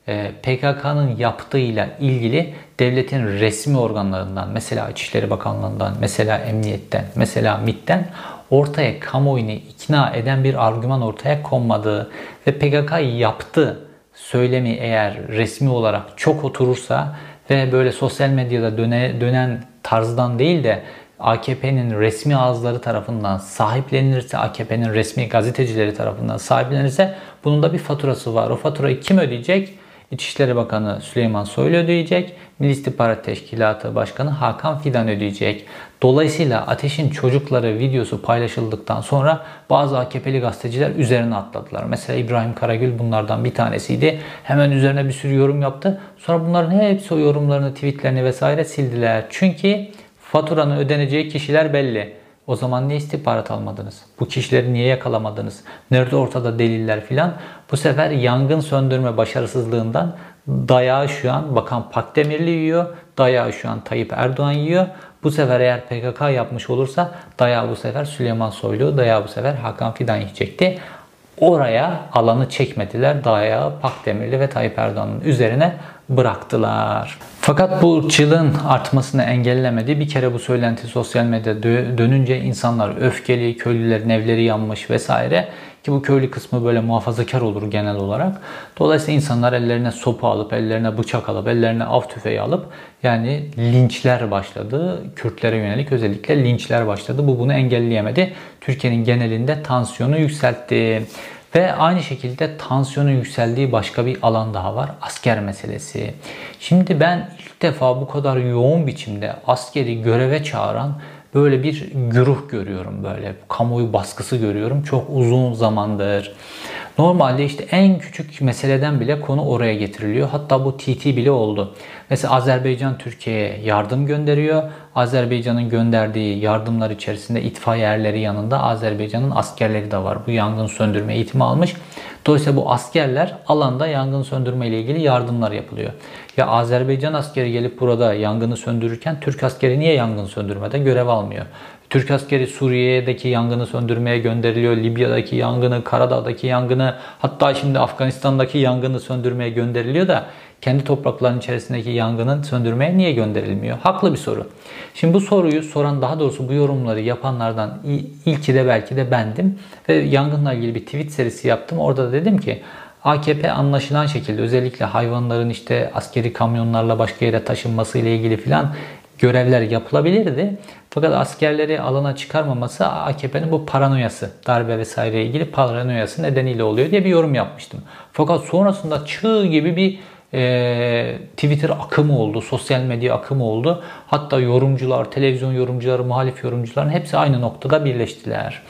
[SPEAKER 1] PKK'nın yaptığıyla ilgili devletin resmi organlarından, mesela İçişleri Bakanlığı'ndan, mesela Emniyet'ten, mesela MİT'ten ortaya kamuoyunu ikna eden bir argüman ortaya konmadı. Ve PKK yaptı söylemi eğer resmi olarak çok oturursa ve böyle sosyal medyada dönen tarzdan değil de AKP'nin resmi ağızları tarafından sahiplenilirse, AKP'nin resmi gazetecileri tarafından sahiplenirse bunun da bir faturası var. O faturayı kim ödeyecek? İçişleri Bakanı Süleyman Soylu ödeyecek. Milli İstihbarat Teşkilatı Başkanı Hakan Fidan ödeyecek. Dolayısıyla Ateş'in Çocukları videosu paylaşıldıktan sonra bazı AKP'li gazeteciler üzerine atladılar. Mesela İbrahim Karagül bunlardan bir tanesiydi. Hemen üzerine bir sürü yorum yaptı. Sonra bunların hepsi o yorumlarını, tweetlerini vesaire sildiler. Çünkü faturanın ödeneceği kişiler belli. O zaman niye istihbarat almadınız? Bu kişileri niye yakalamadınız? Nerede ortada deliller filan? Bu sefer yangın söndürme başarısızlığından dayağı şu an Bakan Pakdemirli yiyor. Dayağı şu an Tayyip Erdoğan yiyor. Bu sefer eğer PKK yapmış olursa dayağı bu sefer Süleyman Soylu, dayağı bu sefer Hakan Fidan yiyecekti. Oraya alanı çekmediler. Dayağı Pakdemirli ve Tayyip Erdoğan'ın üzerine bıraktılar. Fakat bu ırkçılığın artmasını engellemedi. Bir kere bu söylenti sosyal medyada dönünce insanlar öfkeli, köylülerin evleri yanmış vesaire. Ki bu köylü kısmı böyle muhafazakar olur genel olarak. Dolayısıyla insanlar ellerine sopa alıp, ellerine bıçak alıp, ellerine av tüfeği alıp yani linçler başladı. Kürtlere yönelik özellikle linçler başladı. Bu bunu engelleyemedi. Türkiye'nin genelinde tansiyonu yükseltti. Ve aynı şekilde tansiyonun yükseldiği başka bir alan daha var. Asker meselesi. Şimdi ben ilk defa bu kadar yoğun biçimde askeri göreve çağıran böyle bir güruh görüyorum. Böyle kamuoyu baskısı görüyorum. Çok uzun zamandır. Normalde işte en küçük meseleden bile konu oraya getiriliyor. Hatta bu TT bile oldu. Mesela Azerbaycan Türkiye'ye yardım gönderiyor. Azerbaycan'ın gönderdiği yardımlar içerisinde itfaiye erleri yanında Azerbaycan'ın askerleri de var. Bu yangın söndürme eğitimi almış. Dolayısıyla bu askerler alanda yangın söndürme ile ilgili yardımlar yapılıyor. Ya Azerbaycan askeri gelip burada yangını söndürürken Türk askeri niye yangın söndürmede görev almıyor? Türk askeri Suriye'deki yangını söndürmeye gönderiliyor. Libya'daki yangını, Karadağ'daki yangını, hatta şimdi Afganistan'daki yangını söndürmeye gönderiliyor da kendi topraklarının içerisindeki yangının söndürmeye niye gönderilmiyor? Haklı bir soru. Şimdi bu soruyu soran, daha doğrusu bu yorumları yapanlardan ilki de belki de bendim. Ve yangınla ilgili bir tweet serisi yaptım. Orada da dedim ki AKP anlaşılan şekilde özellikle hayvanların işte askeri kamyonlarla başka yere taşınması ile ilgili filan görevler yapılabilirdi. Fakat askerleri alana çıkarmaması AKP'nin bu paranoyası, darbe vesaire ile ilgili paranoyası nedeniyle oluyor diye bir yorum yapmıştım. Fakat sonrasında çığ gibi bir Twitter akımı oldu, sosyal medya akımı oldu. Hatta yorumcular, televizyon yorumcuları, muhalif yorumcuların hepsi aynı noktada birleştiler.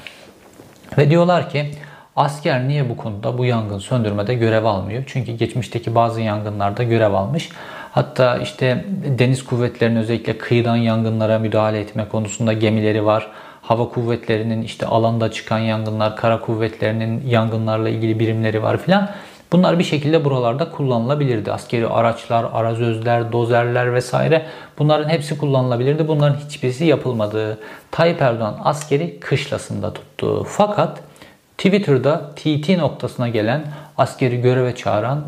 [SPEAKER 1] Ve diyorlar ki asker niye bu konuda, bu yangın söndürmede görev almıyor? Çünkü geçmişteki bazı yangınlarda görev almış. Hatta işte deniz kuvvetlerinin özellikle kıyıdan yangınlara müdahale etme konusunda gemileri var. Hava kuvvetlerinin işte alanda çıkan yangınlar, kara kuvvetlerinin yangınlarla ilgili birimleri var filan. Bunlar bir şekilde buralarda kullanılabilirdi. Askeri araçlar, arazözler, dozerler vesaire, bunların hepsi kullanılabilirdi. Bunların hiçbirisi yapılmadı. Tayyip Erdoğan askeri kışlasında tuttu. Fakat Twitter'da TT noktasına gelen askeri göreve çağıran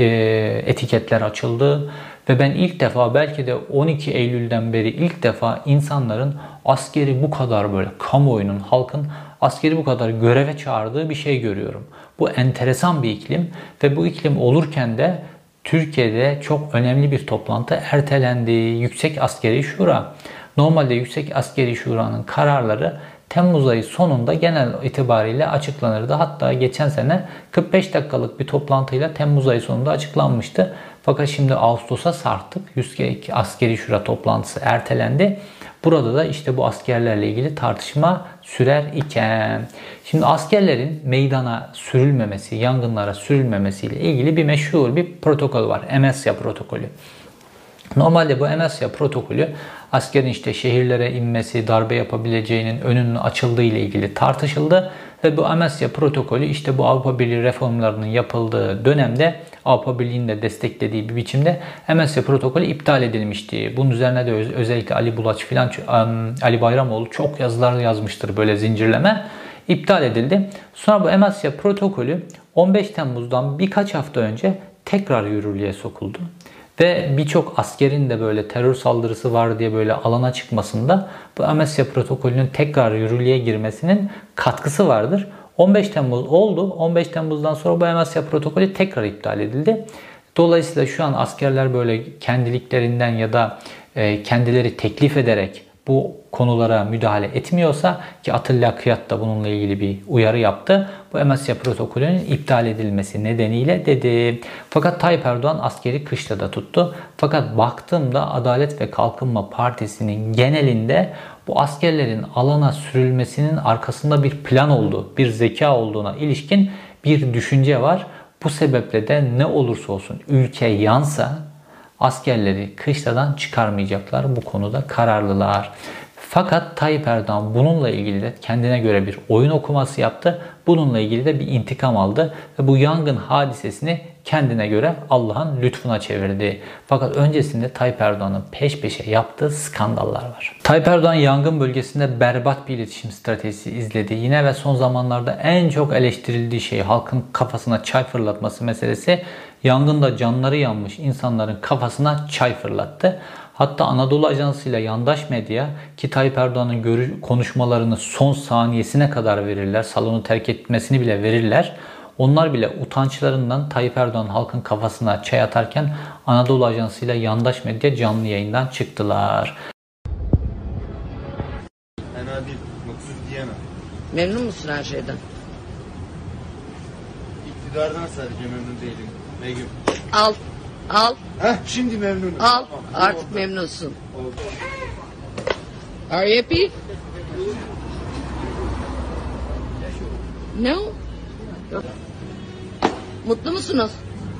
[SPEAKER 1] etiketler açıldı. Ve ben ilk defa, belki de 12 Eylül'den beri ilk defa insanların askeri bu kadar, böyle kamuoyunun, halkın askeri bu kadar göreve çağırdığı bir şey görüyorum. Bu enteresan bir iklim ve bu iklim olurken de Türkiye'de çok önemli bir toplantı ertelendi. Yüksek Askeri Şura. Normalde Yüksek Askeri Şura'nın kararları Temmuz ayı sonunda genel itibariyle açıklanırdı. Hatta geçen sene 45 dakikalık bir toplantıyla Temmuz ayı sonunda açıklanmıştı. Fakat şimdi Ağustos'a sarktık. Yüksek Askeri Şura toplantısı ertelendi. Burada da işte bu askerlerle ilgili tartışma sürer iken, şimdi askerlerin meydana sürülmemesi, yangınlara sürülmemesiyle ilgili bir meşhur bir protokol var. Amasya protokolü. Normalde bu Amasya protokolü askerin işte şehirlere inmesi, darbe yapabileceğinin önünün açıldığı ile ilgili tartışıldı. Ve bu Amasya protokolü işte bu Avrupa Birliği reformlarının yapıldığı dönemde Avrupa Birliği'nin de desteklediği bir biçimde Amasya protokolü iptal edilmişti. Bunun üzerine de özellikle Ali Bulaç filan, Ali Bayramoğlu çok yazılar yazmıştır, böyle zincirleme. İptal edildi. Sonra bu Amasya protokolü 15 Temmuz'dan birkaç hafta önce tekrar yürürlüğe sokuldu. Ve birçok askerin de böyle terör saldırısı var diye böyle alana çıkmasında bu Amasya protokolünün tekrar yürürlüğe girmesinin katkısı vardır. 15 Temmuz oldu. 15 Temmuz'dan sonra bu Amasya protokolü tekrar iptal edildi. Dolayısıyla şu an askerler böyle kendiliklerinden ya da kendileri teklif ederek bu konulara müdahale etmiyorsa, ki Atilla Kıyat da bununla ilgili bir uyarı yaptı, bu Amasya protokolünün iptal edilmesi nedeniyle dedi. Fakat Tayyip Erdoğan askeri kışlada tuttu. Fakat baktığımda Adalet ve Kalkınma Partisi'nin genelinde bu askerlerin alana sürülmesinin arkasında bir plan olduğu, bir zeka olduğuna ilişkin bir düşünce var. Bu sebeple de ne olursa olsun ülke yansa askerleri kışladan çıkarmayacaklar. Bu konuda kararlılar. Fakat Tayyip Erdoğan bununla ilgili de kendine göre bir oyun okuması yaptı. Bununla ilgili de bir intikam aldı ve bu yangın hadisesini kendine göre Allah'ın lütfuna çevirdi. Fakat öncesinde Tayyip Erdoğan'ın peş peşe yaptığı skandallar var. Tayyip Erdoğan yangın bölgesinde berbat bir iletişim stratejisi izledi. Yine ve son zamanlarda en çok eleştirildiği şey halkın kafasına çay fırlatması meselesi. Yangında canları yanmış insanların kafasına çay fırlattı. Hatta Anadolu Ajansı ile yandaş medya, ki Tayyip Erdoğan'ın konuşmalarını son saniyesine kadar verirler, salonu terk etmesini bile verirler. Onlar bile utançlarından Tayyip Erdoğan halkın kafasına çay atarken Anadolu Ajansı ile yandaş medya canlı yayından çıktılar.
[SPEAKER 4] Fena değil, mutsuz diyemem.
[SPEAKER 5] Memnun musun her şeyden?
[SPEAKER 4] İktidardan sadece memnun değilim. Begüm.
[SPEAKER 5] Al. Al.
[SPEAKER 4] Şimdi memnunum.
[SPEAKER 5] Al.
[SPEAKER 4] Tamam,
[SPEAKER 5] Artık
[SPEAKER 4] oldu.
[SPEAKER 5] memnunsun.
[SPEAKER 4] Oldu.
[SPEAKER 5] Are you happy? No? Mutlu musunuz?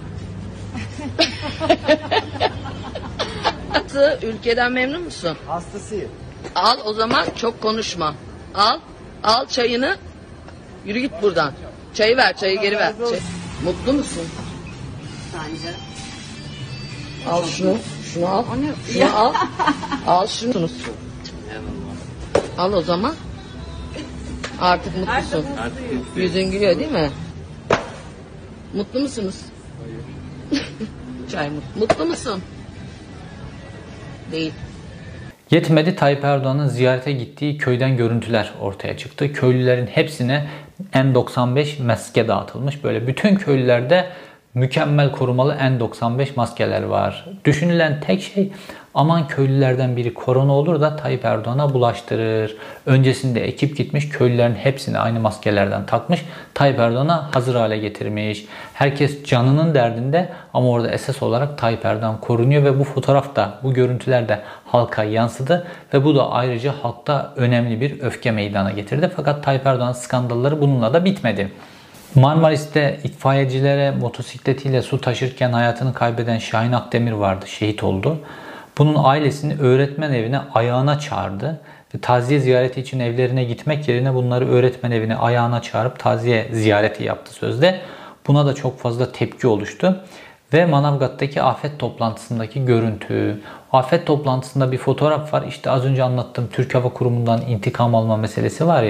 [SPEAKER 5] Ülkeden memnun musun?
[SPEAKER 4] Hastasıyım.
[SPEAKER 5] Al o zaman, çok konuşma. Al. Al çayını. Yürü git buradan. Çayı ver, çayı geri ver. Mutlu musun?
[SPEAKER 6] Bence.
[SPEAKER 5] Al şunu. Şunu al. Şunu al. Al şunu. Al o zaman. Artık mutlusun. Yüzün gülüyor değil mi? Mutlu musunuz? Çay mutlu. Mutlu musun? Değil.
[SPEAKER 1] Yetmedi, Tayyip Erdoğan'ın ziyarete gittiği köyden görüntüler ortaya çıktı. Köylülerin hepsine N95 maske dağıtılmış. Böyle bütün köylülerde mükemmel korumalı N95 maskeler var. Düşünülen tek şey, aman köylülerden biri korona olur da Tayyip Erdoğan'a bulaştırır. Öncesinde ekip gitmiş, köylülerin hepsini aynı maskelerden takmış. Tayyip Erdoğan'a hazır hale getirmiş. Herkes canının derdinde ama orada esas olarak Tayyip Erdoğan korunuyor ve bu fotoğraf da, bu görüntüler de halka yansıdı ve bu da ayrıca halkta önemli bir öfke meydana getirdi. Fakat Tayyip Erdoğan skandalları bununla da bitmedi. Marmaris'te itfaiyecilere motosikletiyle su taşırken hayatını kaybeden Şahin Akdemir vardı, şehit oldu. Bunun ailesini öğretmen evine ayağına çağırdı ve taziye ziyareti için evlerine gitmek yerine bunları öğretmen evine ayağına çağırıp taziye ziyareti yaptı sözde. Buna da çok fazla tepki oluştu. Ve Manavgat'taki afet toplantısındaki görüntü. Afet toplantısında bir fotoğraf var. İşte az önce anlattığım Türk Hava Kurumu'ndan intikam alma meselesi var ya.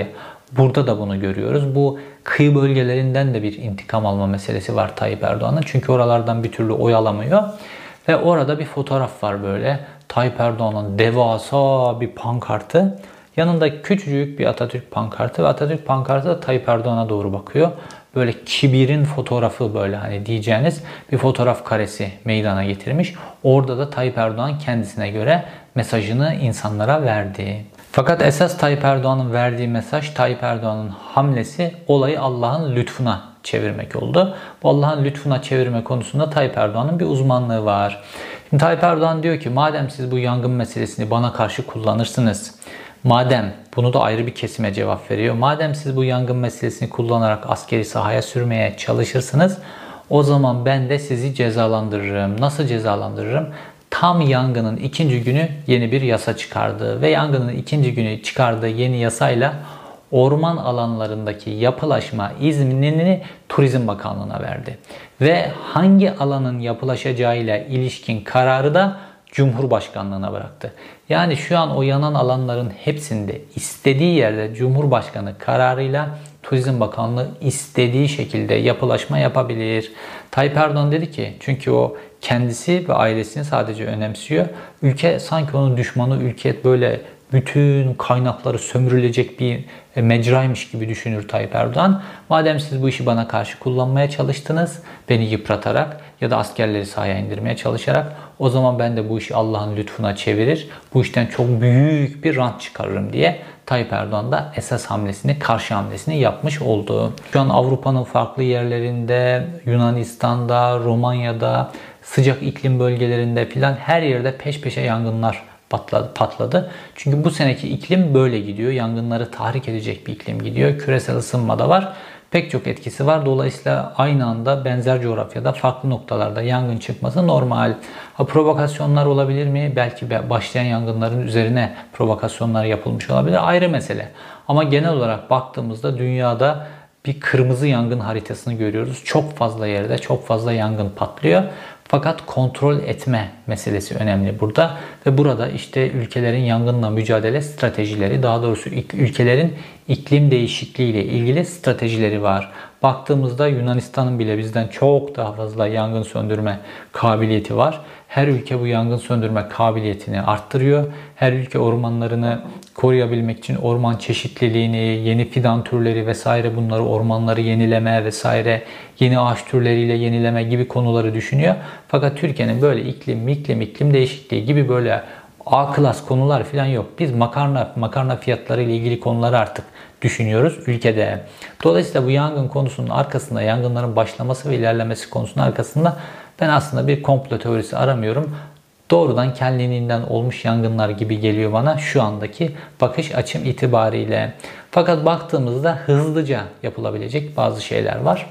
[SPEAKER 1] Burada da bunu görüyoruz. Bu kıyı bölgelerinden de bir intikam alma meselesi var Tayyip Erdoğan'ın. Çünkü oralardan bir türlü oy alamıyor. Ve orada bir fotoğraf var böyle. Tayyip Erdoğan'ın devasa bir pankartı. Yanında küçücük bir Atatürk pankartı ve Atatürk pankartı da Tayyip Erdoğan'a doğru bakıyor. Böyle kibirin fotoğrafı, böyle hani diyeceğiniz bir fotoğraf karesi meydana getirmiş. Orada da Tayyip Erdoğan kendisine göre mesajını insanlara verdi. Fakat esas Tayyip Erdoğan'ın verdiği mesaj, Tayyip Erdoğan'ın hamlesi olayı Allah'ın lütfuna çevirmek oldu. Bu Allah'ın lütfuna çevirme konusunda Tayyip Erdoğan'ın bir uzmanlığı var. Şimdi Tayyip Erdoğan diyor ki madem siz bu yangın meselesini bana karşı kullanırsınız, madem, bunu da ayrı bir kesime cevap veriyor, madem siz bu yangın meselesini kullanarak askeri sahaya sürmeye çalışırsınız, o zaman ben de sizi cezalandırırım. Nasıl cezalandırırım? Tam yangının ikinci günü yeni bir yasa çıkardı ve yangının ikinci günü çıkardığı yeni yasayla orman alanlarındaki yapılaşma iznini Turizm Bakanlığı'na verdi. Ve hangi alanın yapılaşacağıyla ilişkin kararı da Cumhurbaşkanlığına bıraktı. Yani şu an o yanan alanların hepsinde istediği yerde Cumhurbaşkanı kararıyla Turizm Bakanlığı istediği şekilde yapılaşma yapabilir. Tayyip Erdoğan dedi ki, çünkü o kendisi ve ailesini sadece önemsiyor. Ülke sanki onun düşmanı, ülke böyle bütün kaynakları sömürülecek bir mecraymış gibi düşünür Tayyip Erdoğan. Madem siz bu işi bana karşı kullanmaya çalıştınız, beni yıpratarak ya da askerleri sahaya indirmeye çalışarak, o zaman ben de bu işi Allah'ın lütfuna çevirir, bu işten çok büyük bir rant çıkarırım diye Tayyip Erdoğan da esas hamlesini, karşı hamlesini yapmış oldu. Şu an Avrupa'nın farklı yerlerinde, Yunanistan'da, Romanya'da, sıcak iklim bölgelerinde filan her yerde peş peşe yangınlar patladı. Çünkü bu seneki iklim böyle gidiyor. Yangınları tahrik edecek bir iklim gidiyor. Küresel ısınma da var. Pek çok etkisi var. Dolayısıyla aynı anda benzer coğrafyada farklı noktalarda yangın çıkması normal. Provokasyonlar olabilir mi? Belki başlayan yangınların üzerine provokasyonlar yapılmış olabilir. Ayrı mesele. Ama genel olarak baktığımızda dünyada bir kırmızı yangın haritasını görüyoruz. Çok fazla yerde çok fazla yangın patlıyor. Fakat kontrol etme meselesi önemli burada. Ve burada işte ülkelerin yangınla mücadele stratejileri, daha doğrusu ülkelerin iklim değişikliği ile ilgili stratejileri var. Baktığımızda Yunanistan'ın bile bizden çok daha fazla yangın söndürme kabiliyeti var. Her ülke bu yangın söndürme kabiliyetini arttırıyor. Her ülke ormanlarını koruyabilmek için orman çeşitliliğini, yeni fidan türleri vesaire, bunları, ormanları yenileme vesaire, yeni ağaç türleriyle yenileme gibi konuları düşünüyor. Fakat Türkiye'nin böyle iklim değişikliği gibi böyle A klas konular falan yok. Biz makarna fiyatları ile ilgili konuları artık düşünüyoruz ülkede. Dolayısıyla bu yangın konusunun arkasında, yangınların başlaması ve ilerlemesi konusunun arkasında ben aslında bir komplo teorisi aramıyorum. Doğrudan kendiliğinden olmuş yangınlar gibi geliyor bana şu andaki bakış açım itibariyle. Fakat baktığımızda hızlıca yapılabilecek bazı şeyler var.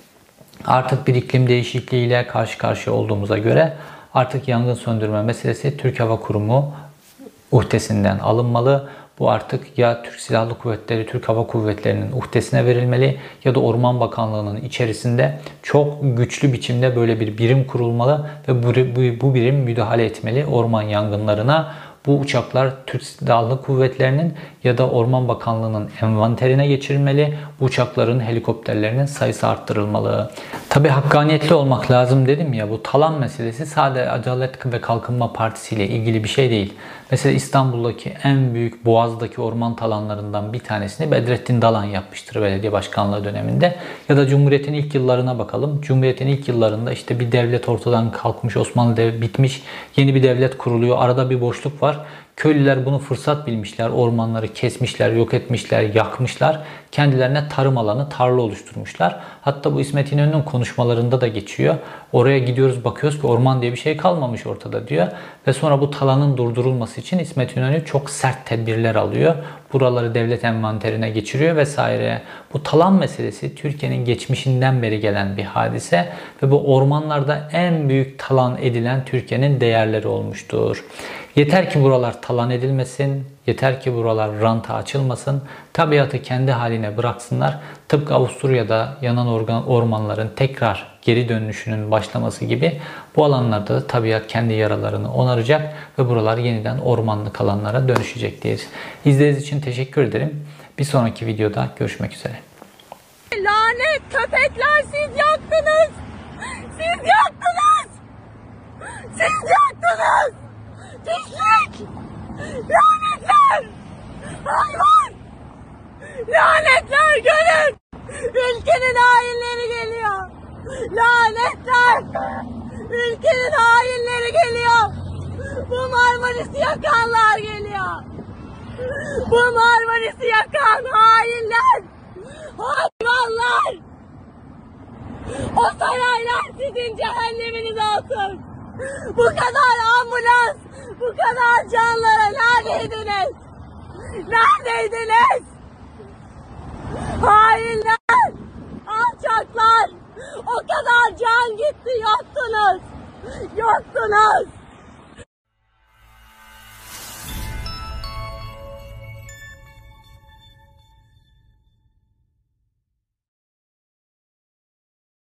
[SPEAKER 1] Artık bir iklim değişikliğiyle karşı karşıya olduğumuza göre artık yangın söndürme meselesi Türk Hava Kurumu uhdesinden alınmalı. Bu artık ya Türk Silahlı Kuvvetleri, Türk Hava Kuvvetleri'nin uhdesine verilmeli ya da Orman Bakanlığı'nın içerisinde çok güçlü biçimde böyle bir birim kurulmalı ve bu birim müdahale etmeli orman yangınlarına. Bu uçaklar Türk Silahlı Kuvvetleri'nin ya da Orman Bakanlığı'nın envanterine geçirilmeli. Bu uçakların, helikopterlerinin sayısı arttırılmalı. Tabi hakkaniyetli olmak lazım dedim ya, bu talan meselesi sadece Adalet ve Kalkınma Partisi ile ilgili bir şey değil. Mesela İstanbul'daki en büyük Boğaz'daki orman talanlarından bir tanesini Bedrettin Dalan yapmıştır belediye başkanlığı döneminde. Ya da Cumhuriyet'in ilk yıllarına bakalım. Cumhuriyet'in ilk yıllarında işte bir devlet ortadan kalkmış, Osmanlı devleti bitmiş, yeni bir devlet kuruluyor. Arada bir boşluk var. Köylüler bunu fırsat bilmişler. Ormanları kesmişler, yok etmişler, yakmışlar. Kendilerine tarım alanı, tarla oluşturmuşlar. Hatta bu İsmet İnönü'nün konuşmalarında da geçiyor. Oraya gidiyoruz, bakıyoruz ki orman diye bir şey kalmamış ortada diyor. Ve sonra bu talanın durdurulması için İsmet İnönü çok sert tedbirler alıyor. Buraları devlet envanterine geçiriyor vesaire. Bu talan meselesi Türkiye'nin geçmişinden beri gelen bir hadise. Ve bu ormanlarda en büyük talan edilen Türkiye'nin değerleri olmuştur. Yeter ki buralar talan edilmesin, yeter ki buralar ranta açılmasın, tabiatı kendi haline bıraksınlar. Tıpkı Avusturya'da yanan ormanların tekrar geri dönüşünün başlaması gibi bu alanlarda da tabiat kendi yaralarını onaracak ve buralar yeniden ormanlık alanlara dönüşecektir. İzlediğiniz için teşekkür ederim. Bir sonraki videoda görüşmek üzere.
[SPEAKER 5] Lanet köpekler, siz yaktınız. Siz yaktınız. Siz yaktınız. Pislik. Lanetler. Hayvan. Lanetler, görün. Ülkenin hainleri geliyor. Lanetler. Ülkenin hainleri geliyor. Bu Marmaris'i yakanlar geliyor. Bu Marmaris'i yakan hainler. Hayvanlar. O saraylar sizin cehenneminiz olsun. Bu kadar ambulans, bu kadar canlara neredeydiniz? Neredeydiniz? Hainler, alçaklar, o kadar can gitti, yoktunuz. Yoktunuz.